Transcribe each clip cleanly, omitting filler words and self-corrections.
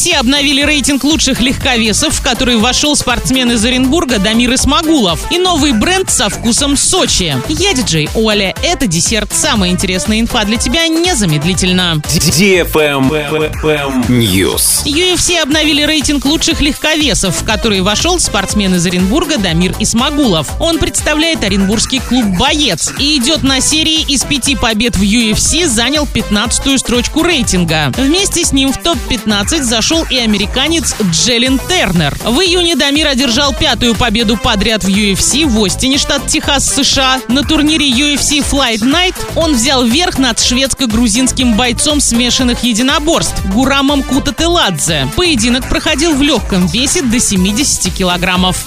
UFC обновили рейтинг лучших легковесов, в который вошел спортсмен из Оренбурга Дамир Исмагулов, и новый бренд со вкусом Сочи. Я диджей Оля, это десерт. Самая интересная инфа для тебя незамедлительно. News. UFC обновили рейтинг лучших легковесов, в который вошел спортсмен из Оренбурга Дамир Исмагулов. Он представляет оренбургский клуб «Боец» и идет на серии из 5 побед в UFC, занял 15-ю строчку рейтинга. Вместе с ним в топ-15 зашел и американец Джеллен Тернер. В июне Дамир одержал 5-ю победу подряд в UFC в Остине, штат Техас, США. На турнире UFC Fight Night он взял верх над шведско-грузинским бойцом смешанных единоборств Гурамом Кутателадзе. Поединок проходил в легком весе до 70 килограммов.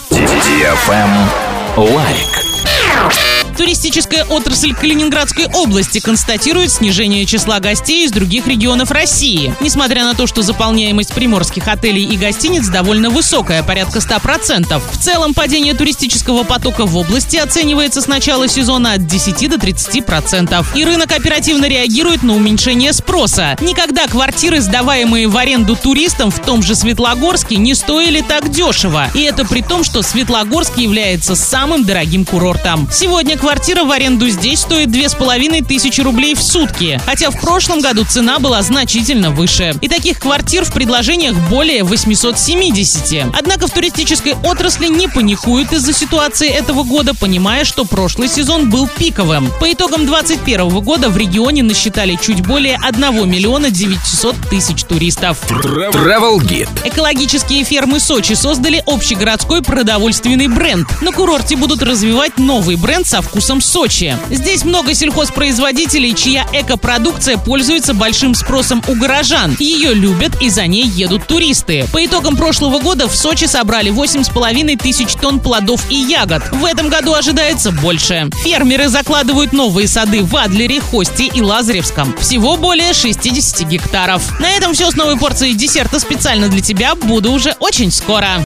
Лайк. Туристическая отрасль Калининградской области констатирует снижение числа гостей из других регионов России. Несмотря на то, что заполняемость приморских отелей и гостиниц довольно высокая, порядка 100%. В целом, падение туристического потока в области оценивается с начала сезона от 10 до 30%. И рынок оперативно реагирует на уменьшение спроса. Никогда квартиры, сдаваемые в аренду туристам в том же Светлогорске, не стоили так дешево. И это при том, что Светлогорск является самым дорогим курортом. Сегодня квартира в аренду здесь стоит 2500 рублей в сутки, хотя в прошлом году цена была значительно выше. И таких квартир в предложениях более 870. Однако в туристической отрасли не паникуют из-за ситуации этого года, понимая, что прошлый сезон был пиковым. По итогам 2021 года в регионе насчитали чуть более 1 миллиона 900 тысяч туристов. Travel Guide. Экологические фермы Сочи создали общегородской продовольственный бренд. На курорте будут развивать новый бренд со вкусом Сочи. Здесь много сельхозпроизводителей, чья экопродукция пользуется большим спросом у горожан. Ее любят и за ней едут туристы. По итогам прошлого года в Сочи собрали 8500 тонн плодов и ягод. В этом году ожидается больше. Фермеры закладывают новые сады в Адлере, Хосте и Лазаревском. Всего более 60 гектаров. На этом все с новой порцией десерта специально для тебя. Буду уже очень скоро.